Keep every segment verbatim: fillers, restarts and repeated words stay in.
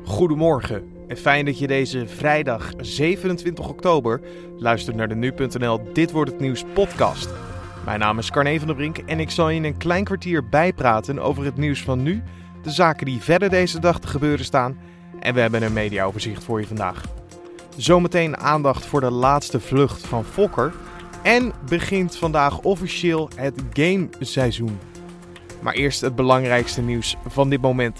Goedemorgen en fijn dat je deze vrijdag zevenentwintig oktober luistert naar de nu punt n l Dit Wordt Het Nieuws podcast. Mijn naam is Carne van der Brink en ik zal je in een klein kwartier bijpraten over het nieuws van nu, de zaken die verder deze dag te gebeuren staan en we hebben een mediaoverzicht voor je vandaag. Zometeen aandacht voor de laatste vlucht van Fokker en begint vandaag officieel het gameseizoen. Maar eerst het belangrijkste nieuws van dit moment.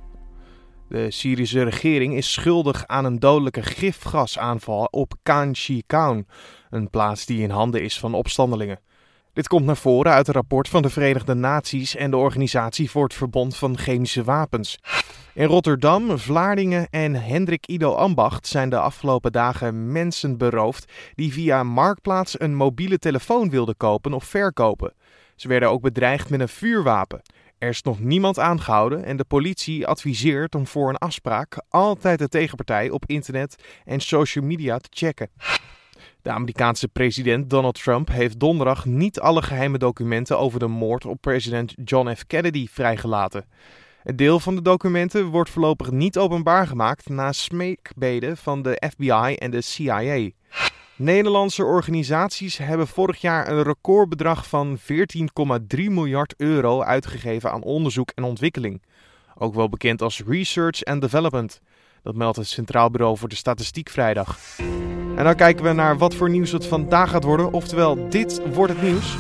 De Syrische regering is schuldig aan een dodelijke gifgasaanval op Khan Sheikhoun, een plaats die in handen is van opstandelingen. Dit komt naar voren uit een rapport van de Verenigde Naties en de Organisatie voor het Verbod van Chemische Wapens. In Rotterdam, Vlaardingen en Hendrik Ido Ambacht zijn de afgelopen dagen mensen beroofd die via Marktplaats een mobiele telefoon wilden kopen of verkopen. Ze werden ook bedreigd met een vuurwapen. Er is nog niemand aangehouden en de politie adviseert om voor een afspraak altijd de tegenpartij op internet en social media te checken. De Amerikaanse president Donald Trump heeft donderdag niet alle geheime documenten over de moord op president John F. Kennedy vrijgelaten. Een deel van de documenten wordt voorlopig niet openbaar gemaakt na smeekbeden van de F B I en de C I A. Nederlandse organisaties hebben vorig jaar een recordbedrag van veertien komma drie miljard euro uitgegeven aan onderzoek en ontwikkeling. Ook wel bekend als Research and Development. Dat meldt het Centraal Bureau voor de Statistiek vrijdag. En dan kijken we naar wat voor nieuws het vandaag gaat worden. Oftewel, dit wordt het nieuws.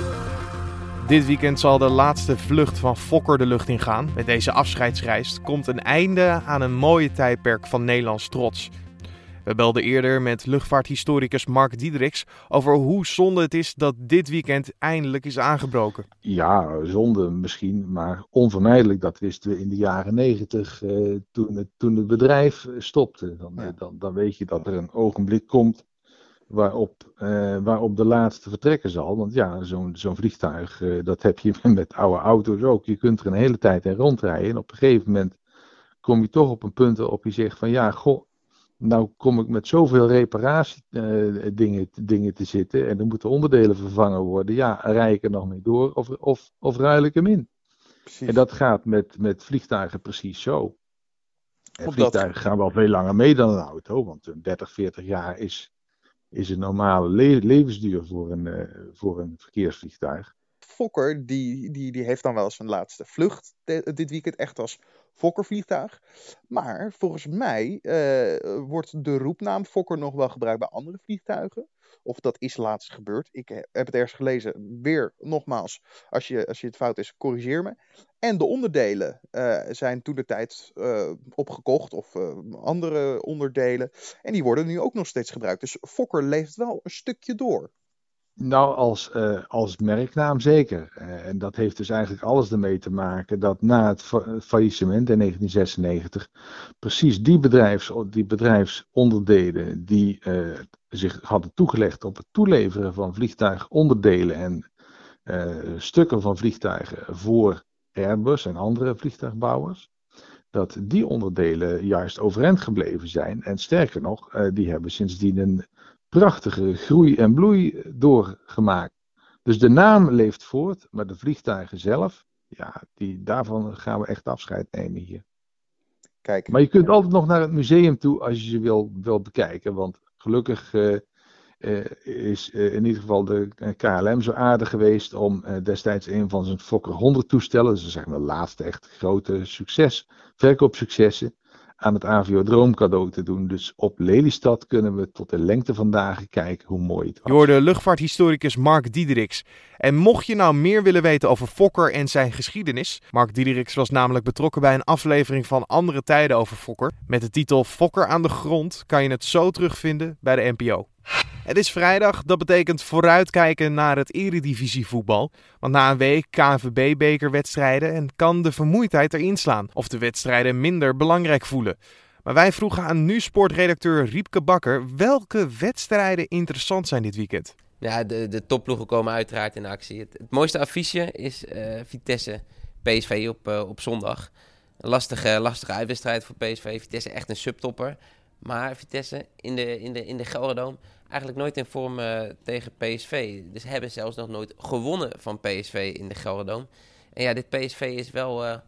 Dit weekend zal de laatste vlucht van Fokker de lucht ingaan. Met deze afscheidsreis komt een einde aan een mooie tijdperk van Nederlands trots. We belden eerder met luchtvaarthistoricus Mark Diedericks over hoe zonde het is dat dit weekend eindelijk is aangebroken. Ja, zonde misschien, maar onvermijdelijk. Dat wisten we in de jaren negentig eh, toen, het, toen het bedrijf stopte. Dan, ja. dan, dan weet je dat er een ogenblik komt waarop, eh, waarop de laatste vertrekken zal. Want ja, zo'n, zo'n vliegtuig, eh, dat heb je met oude auto's ook. Je kunt er een hele tijd in rondrijden en op een gegeven moment kom je toch op een punt waarop je zegt van ja, goh. Nou kom ik met zoveel reparatiedingen dingen, dingen te zitten en er moeten onderdelen vervangen worden. Ja, rij ik er nog mee door of, of, of ruil ik hem in? Precies. En dat gaat met, met vliegtuigen precies zo. En vliegtuigen dat... gaan wel veel langer mee dan een auto, want dertig, veertig jaar is, is een normale le- levensduur voor een, uh, voor een verkeersvliegtuig. Fokker die, die, die heeft dan wel eens een laatste vlucht de, dit weekend echt als Fokker-vliegtuig. Maar volgens mij uh, wordt de roepnaam Fokker nog wel gebruikt bij andere vliegtuigen. Of dat is laatst gebeurd. Ik heb het ergens gelezen. Weer nogmaals, als je, als je het fout is, corrigeer me. En de onderdelen uh, zijn toen de tijd uh, opgekocht of uh, andere onderdelen. En die worden nu ook nog steeds gebruikt. Dus Fokker leeft wel een stukje door. Nou, als, uh, als merknaam zeker. Uh, en dat heeft dus eigenlijk alles ermee te maken dat na het fa- faillissement in negentien zesennegentig precies die, bedrijfs, die bedrijfsonderdelen die uh, zich hadden toegelegd op het toeleveren van vliegtuigonderdelen en uh, stukken van vliegtuigen voor Airbus en andere vliegtuigbouwers, dat die onderdelen juist overeind gebleven zijn. En sterker nog, uh, die hebben sindsdien een prachtige groei en bloei doorgemaakt. Dus de naam leeft voort, maar de vliegtuigen zelf, ja, die, daarvan gaan we echt afscheid nemen hier. Kijk. Maar je kunt altijd nog naar het museum toe als je ze wil, wil bekijken, want gelukkig uh, uh, is uh, in ieder geval de K L M zo aardig geweest om uh, destijds een van zijn Fokker honderd toestellen, dus zeg maar de laatste echt grote succes, verkoopsuccessen, aan het Aviodroom cadeau te doen. Dus op Lelystad kunnen we tot de lengte van dagen kijken hoe mooi het was. Je hoorde luchtvaarthistoricus Mark Diedericks. En mocht je nou meer willen weten over Fokker en zijn geschiedenis, Mark Diedericks was namelijk betrokken bij een aflevering van Andere Tijden over Fokker. Met de titel Fokker aan de grond kan je het zo terugvinden bij de N P O. Het is vrijdag, dat betekent vooruitkijken naar het eredivisievoetbal. Want na een week K N V B-bekerwedstrijden en kan de vermoeidheid erin slaan of de wedstrijden minder belangrijk voelen. Maar wij vroegen aan nu-sportredacteur Riepke Bakker welke wedstrijden interessant zijn dit weekend. Ja, de, de topploegen komen uiteraard in actie. Het, het mooiste affiche is uh, Vitesse P S V op, uh, op zondag. Een lastige, lastige uitwedstrijd voor P S V. Vitesse echt een subtopper. Maar Vitesse in de, in de, in de Gelderdoom eigenlijk nooit in vorm uh, tegen P S V. Dus hebben zelfs nog nooit gewonnen van P S V in de Gelderdoom. En ja, dit P S V is wel uh,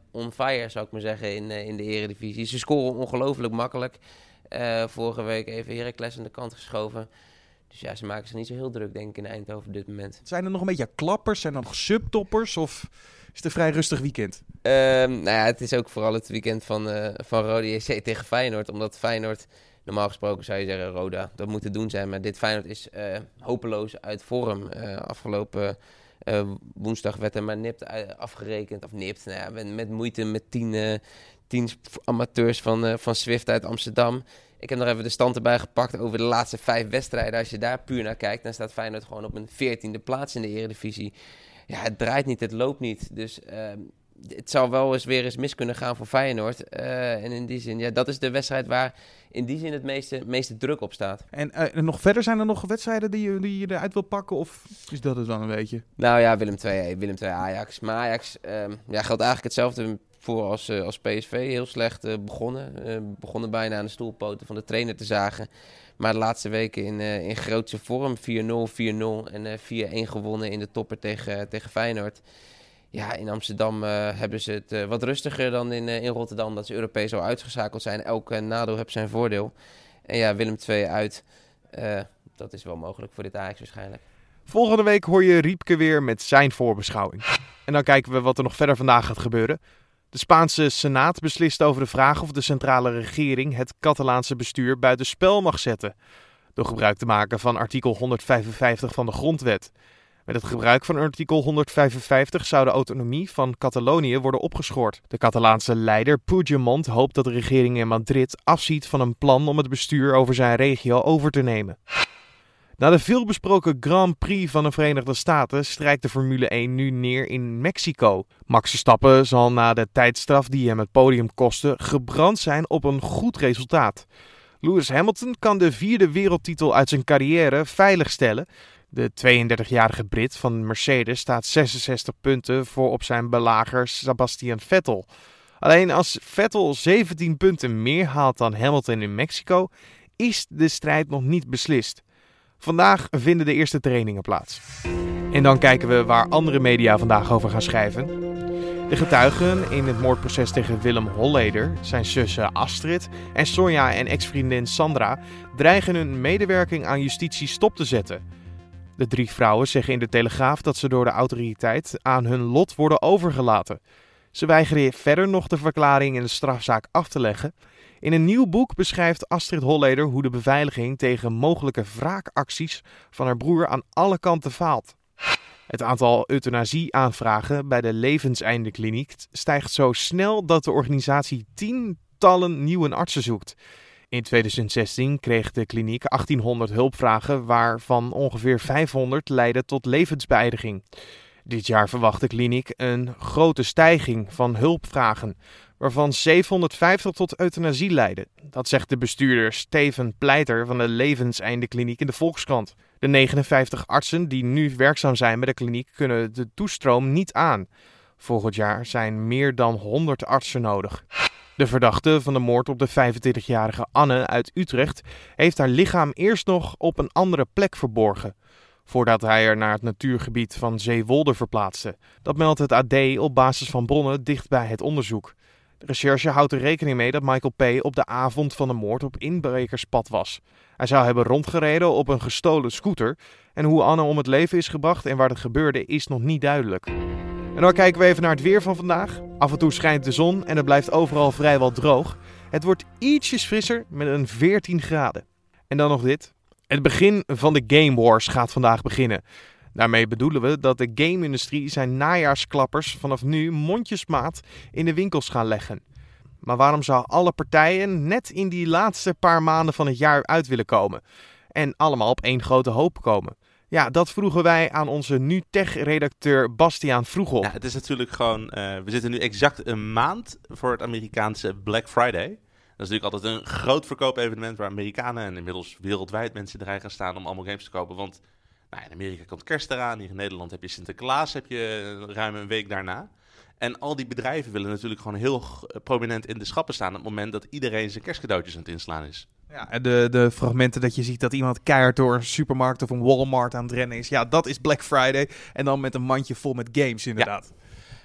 on fire, zou ik maar zeggen, in, uh, in de Eredivisie. Ze scoren ongelooflijk makkelijk. Uh, vorige week even Heracles aan de kant geschoven. Dus ja, ze maken zich niet zo heel druk, denk ik, in Eindhoven op dit moment. Zijn er nog een beetje klappers? Zijn er nog subtoppers? Of is het een vrij rustig weekend? Uh, nou ja, het is ook vooral het weekend van, uh, van Rode J C tegen Feyenoord. Omdat Feyenoord, normaal gesproken zou je zeggen, Roda, dat moet te doen zijn. Maar dit Feyenoord is uh, hopeloos uit vorm. Uh, afgelopen uh, woensdag werd er maar nipt afgerekend. Of nipt, nou ja, met, met moeite met tien, uh, tien amateurs van, uh, van Zwift uit Amsterdam. Ik heb nog even de stand erbij gepakt over de laatste vijf wedstrijden. Als je daar puur naar kijkt, dan staat Feyenoord gewoon op een veertiende plaats in de Eredivisie. Ja, het draait niet, het loopt niet. Dus uh, het zou wel eens weer eens mis kunnen gaan voor Feyenoord. Uh, en in die zin, ja, dat is de wedstrijd waar in die zin het meeste, meeste druk op staat. En uh, nog verder, zijn er nog wedstrijden die je, die je eruit wil pakken? Of is dat het dan een beetje? Nou ja, Willem twee, Willem twee Ajax. Maar Ajax uh, ja, geldt eigenlijk hetzelfde voor als, uh, als P S V. Heel slecht uh, begonnen. Uh, begonnen bijna aan de stoelpoten van de trainer te zagen. Maar de laatste weken in, uh, in grootste vorm. vier nul, vier nul en uh, vier-een gewonnen in de topper tegen, uh, tegen Feyenoord. Ja, in Amsterdam uh, hebben ze het uh, wat rustiger dan in, uh, in Rotterdam. Dat ze Europees al uitgeschakeld zijn. Elk uh, nadeel heeft zijn voordeel. En ja, Willem twee uit. Uh, dat is wel mogelijk voor dit Ajax waarschijnlijk. Volgende week hoor je Riepke weer met zijn voorbeschouwing. En dan kijken we wat er nog verder vandaag gaat gebeuren. De Spaanse Senaat beslist over de vraag of de centrale regering het Catalaanse bestuur buitenspel mag zetten. Door gebruik te maken van artikel honderdvijfenvijftig van de grondwet. Met het gebruik van artikel honderdvijfenvijftig zou de autonomie van Catalonië worden opgeschort. De Catalaanse leider Puigdemont hoopt dat de regering in Madrid afziet van een plan om het bestuur over zijn regio over te nemen. Na de veelbesproken Grand Prix van de Verenigde Staten strijkt de Formule één nu neer in Mexico. Max Verstappen zal na de tijdstraf die hem het podium kostte gebrand zijn op een goed resultaat. Lewis Hamilton kan de vierde wereldtitel uit zijn carrière veiligstellen. De tweeëndertigjarige Brit van Mercedes staat zesenzestig punten voor op zijn belager Sebastian Vettel. Alleen als Vettel zeventien punten meer haalt dan Hamilton in Mexico, is de strijd nog niet beslist. Vandaag vinden de eerste trainingen plaats. En dan kijken we waar andere media vandaag over gaan schrijven. De getuigen in het moordproces tegen Willem Holleder, zijn zussen Astrid en Sonja en ex-vriendin Sandra dreigen hun medewerking aan justitie stop te zetten. De drie vrouwen zeggen in de Telegraaf dat ze door de autoriteit aan hun lot worden overgelaten. Ze weigeren verder nog de verklaring in de strafzaak af te leggen. In een nieuw boek beschrijft Astrid Holleder hoe de beveiliging tegen mogelijke wraakacties van haar broer aan alle kanten faalt. Het aantal euthanasieaanvragen bij de Levenseindekliniek stijgt zo snel dat de organisatie tientallen nieuwe artsen zoekt. In tweeduizend zestien kreeg de kliniek achttienhonderd hulpvragen, waarvan ongeveer vijfhonderd leidden tot levensbeëindiging. Dit jaar verwacht de kliniek een grote stijging van hulpvragen, waarvan zevenhonderdvijftig tot euthanasie leiden. Dat zegt de bestuurder Steven Pleiter van de Levenseindekliniek in de Volkskrant. De negenenvijftig artsen die nu werkzaam zijn bij de kliniek kunnen de toestroom niet aan. Volgend jaar zijn meer dan honderd artsen nodig. De verdachte van de moord op de vijfentwintigjarige Anne uit Utrecht heeft haar lichaam eerst nog op een andere plek verborgen, voordat hij er naar het natuurgebied van Zeewolde verplaatste. Dat meldt het A D op basis van bronnen dicht bij het onderzoek. De recherche houdt er rekening mee dat Michael P. op de avond van de moord op inbrekerspad was. Hij zou hebben rondgereden op een gestolen scooter en hoe Anne om het leven is gebracht en waar het gebeurde is nog niet duidelijk. En dan kijken we even naar het weer van vandaag. Af en toe schijnt de zon en het blijft overal vrijwel droog. Het wordt ietsjes frisser met een veertien graden. En dan nog dit. Het begin van de Game Wars gaat vandaag beginnen. Daarmee bedoelen we dat de game-industrie zijn najaarsklappers vanaf nu mondjesmaat in de winkels gaan leggen. Maar waarom zou alle partijen net in die laatste paar maanden van het jaar uit willen komen? En allemaal op één grote hoop komen? Ja, dat vroegen wij aan onze NuTech-redacteur Bastiaan Vroegop. Ja, het is natuurlijk gewoon, uh, we zitten nu exact een maand voor het Amerikaanse Black Friday. Dat is natuurlijk altijd een groot verkoopevenement waar Amerikanen en inmiddels wereldwijd mensen erin gaan staan om allemaal games te kopen. Want nou, in Amerika komt kerst eraan, hier in Nederland heb je Sinterklaas, heb je ruim een week daarna. En al die bedrijven willen natuurlijk gewoon heel prominent in de schappen staan op het moment dat iedereen zijn kerstcadeautjes aan het inslaan is. Ja, de, de fragmenten dat je ziet dat iemand keihard door een supermarkt of een Walmart aan het rennen is. Ja, dat is Black Friday. En dan met een mandje vol met games inderdaad.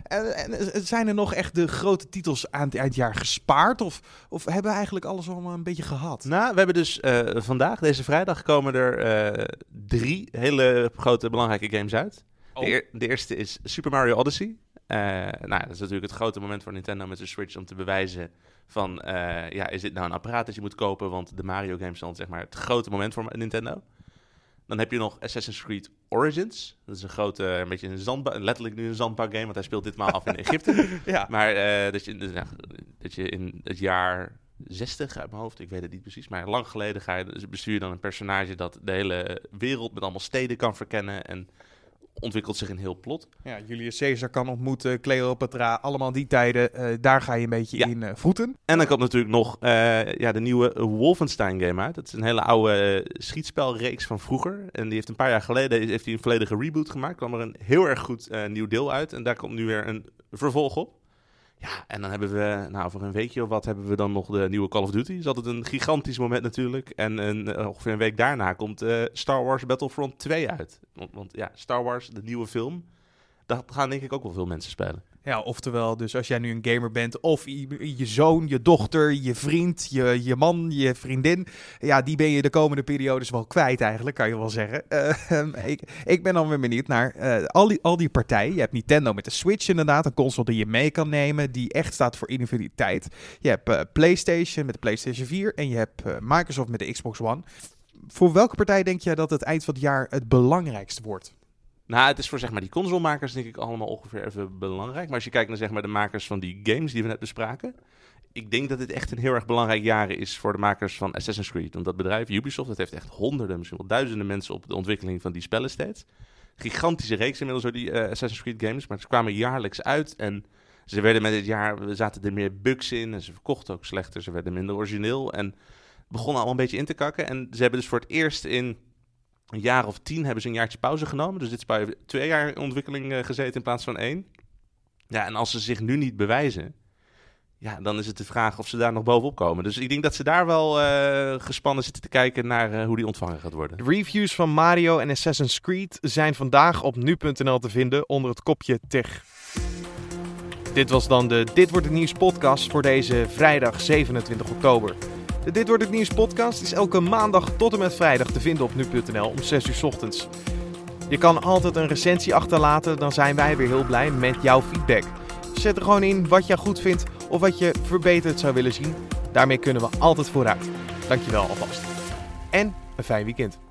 En, en zijn er nog echt de grote titels aan het, aan het jaar gespaard? Of, of hebben we eigenlijk alles allemaal een beetje gehad? Nou, we hebben dus uh, vandaag, deze vrijdag, komen er uh, drie hele grote belangrijke games uit. Oh. De, eer, de eerste is Super Mario Odyssey. Uh, nou, dat is natuurlijk het grote moment voor Nintendo met de Switch om te bewijzen van, uh, ja, is dit nou een apparaat dat je moet kopen? Want de Mario games zijn zeg maar het grote moment voor Nintendo. Dan heb je nog Assassin's Creed Origins. Dat is een grote, een beetje een zandbak, letterlijk nu een zandbak game, want hij speelt ditmaal af in Egypte. Ja. Maar uh, dat, je, dus, ja, dat je in het jaar zestig uit mijn hoofd, ik weet het niet precies, maar lang geleden ga je, dus bestuur je dan een personage dat de hele wereld met allemaal steden kan verkennen en ontwikkelt zich een heel plot. Ja, Julius Caesar kan ontmoeten, Cleopatra, allemaal die tijden. Uh, daar ga je een beetje ja. in uh, voeten. En dan komt natuurlijk nog uh, ja, de nieuwe Wolfenstein game uit. Dat is een hele oude uh, schietspelreeks van vroeger. En die heeft een paar jaar geleden heeft hij een volledige reboot gemaakt. Kwam er een heel erg goed uh, nieuw deel uit. En daar komt nu weer een vervolg op. Ja, en dan hebben we, nou voor een weekje of wat, hebben we dan nog de nieuwe Call of Duty. Dat is altijd een gigantisch moment natuurlijk. En een, uh, ongeveer een week daarna komt uh, Star Wars Battlefront twee uit. Want, want ja, Star Wars, de nieuwe film, dat gaan denk ik ook wel veel mensen spelen. Ja, oftewel, dus als jij nu een gamer bent, of je, je zoon, je dochter, je vriend, je, je man, je vriendin, ja, die ben je de komende periodes wel kwijt eigenlijk, kan je wel zeggen. Uh, ik, ik ben dan weer benieuwd naar uh, al, die, al die partijen. Je hebt Nintendo met de Switch inderdaad, een console die je mee kan nemen, die echt staat voor individualiteit. Je hebt uh, PlayStation met de PlayStation vier en je hebt uh, Microsoft met de Xbox One. Voor welke partij denk jij dat het eind van het jaar het belangrijkste wordt? Nou, het is voor zeg maar die consolemakers denk ik allemaal ongeveer even belangrijk. Maar als je kijkt naar zeg maar de makers van die games die we net bespraken, ik denk dat dit echt een heel erg belangrijk jaar is voor de makers van Assassin's Creed. Want dat bedrijf, Ubisoft, dat heeft echt honderden, misschien wel duizenden mensen op de ontwikkeling van die spellen steeds. Gigantische reeks inmiddels door die uh, Assassin's Creed games, maar ze kwamen jaarlijks uit en ze werden met dit jaar, zaten er meer bugs in en ze verkochten ook slechter, ze werden minder origineel en begonnen allemaal een beetje in te kakken. En ze hebben dus voor het eerst in een jaar of tien hebben ze een jaartje pauze genomen. Dus dit is bij twee jaar in ontwikkeling uh, gezeten in plaats van één. Ja, en als ze zich nu niet bewijzen, ja, dan is het de vraag of ze daar nog bovenop komen. Dus ik denk dat ze daar wel uh, gespannen zitten te kijken naar uh, hoe die ontvangen gaat worden. De reviews van Mario en Assassin's Creed zijn vandaag op nu punt n l te vinden onder het kopje tech. Dit was dan de Dit Wordt Het Nieuws podcast voor deze vrijdag zevenentwintig oktober. De Dit Wordt Het Nieuws podcast is elke maandag tot en met vrijdag te vinden op nu punt n l om zes uur 's ochtends. Je kan altijd een recensie achterlaten, dan zijn wij weer heel blij met jouw feedback. Zet er gewoon in wat je goed vindt of wat je verbeterd zou willen zien. Daarmee kunnen we altijd vooruit. Dankjewel alvast. En een fijn weekend.